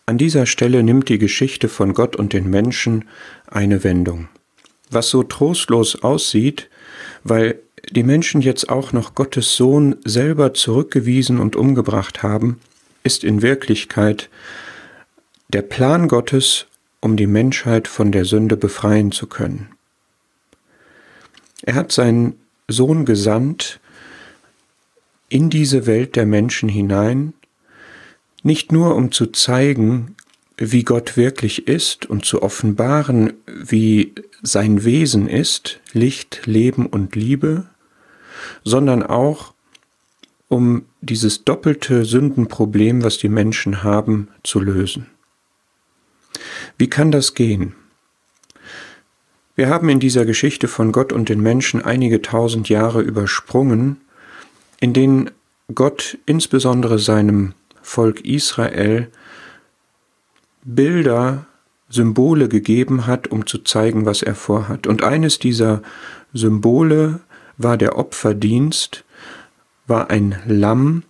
An dieser Stelle nimmt die Geschichte von Gott und den Menschen eine Wendung. Was so trostlos aussieht, weil die Menschen jetzt auch noch Gottes Sohn selber zurückgewiesen und umgebracht haben, ist in Wirklichkeit der Plan Gottes, um die Menschheit von der Sünde befreien zu können. Er hat seinen Sohn gesandt in diese Welt der Menschen hinein, nicht nur um zu zeigen, wie Gott wirklich ist und zu offenbaren, wie sein Wesen ist, Licht, Leben und Liebe, sondern auch um dieses doppelte Sündenproblem, was die Menschen haben, zu lösen. Wie kann das gehen? Wir haben in dieser Geschichte von Gott und den Menschen einige tausend Jahre übersprungen, in denen Gott insbesondere seinem Volk Israel Bilder, Symbole gegeben hat, um zu zeigen, was er vorhat. Und eines dieser Symbole war der Opferdienst, war ein Lamm,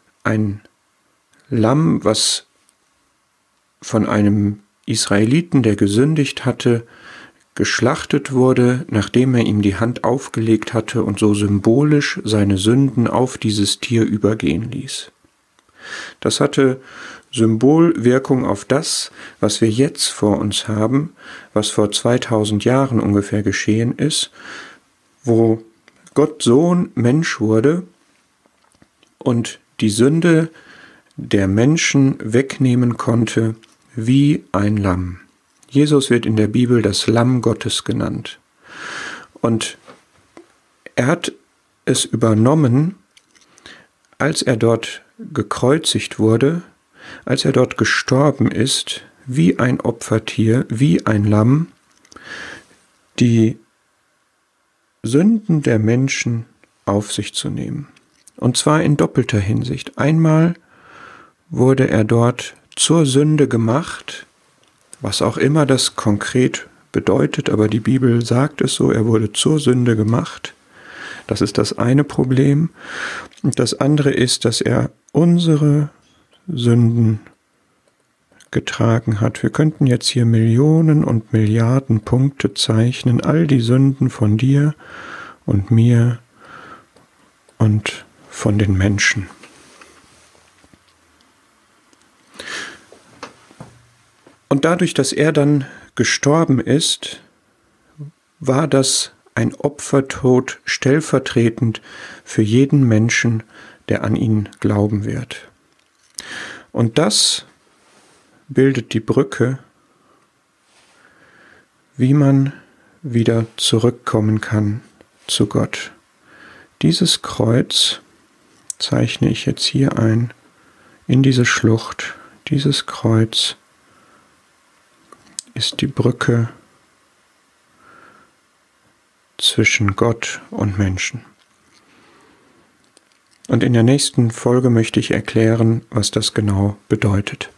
was von einem Israeliten, der gesündigt hatte, geschlachtet wurde, nachdem er ihm die Hand aufgelegt hatte und so symbolisch seine Sünden auf dieses Tier übergehen ließ. Das hatte Symbolwirkung auf das, was wir jetzt vor uns haben, was vor 2000 Jahren ungefähr geschehen ist, wo Gott Sohn Mensch wurde und die Sünde der Menschen wegnehmen konnte wie ein Lamm. Jesus wird in der Bibel das Lamm Gottes genannt. Und er hat es übernommen, als er dort gekreuzigt wurde, als er dort gestorben ist, wie ein Opfertier, wie ein Lamm, die Sünden der Menschen auf sich zu nehmen. Und zwar in doppelter Hinsicht. Einmal wurde er dort zur Sünde gemacht, was auch immer das konkret bedeutet, aber die Bibel sagt es so, er wurde zur Sünde gemacht. Das ist das eine Problem. Und das andere ist, dass er unsere Sünden getragen hat. Wir könnten jetzt hier Millionen und Milliarden Punkte zeichnen, all die Sünden von dir und mir und von den Menschen. Und dadurch, dass er dann gestorben ist, war das ein Opfertod stellvertretend für jeden Menschen, der an ihn glauben wird. Und das bildet die Brücke, wie man wieder zurückkommen kann zu Gott. Dieses Kreuz zeichne ich jetzt hier ein, in diese Schlucht. Dieses Kreuz ist die Brücke zwischen Gott und Menschen. Und in der nächsten Folge möchte ich erklären, was das genau bedeutet.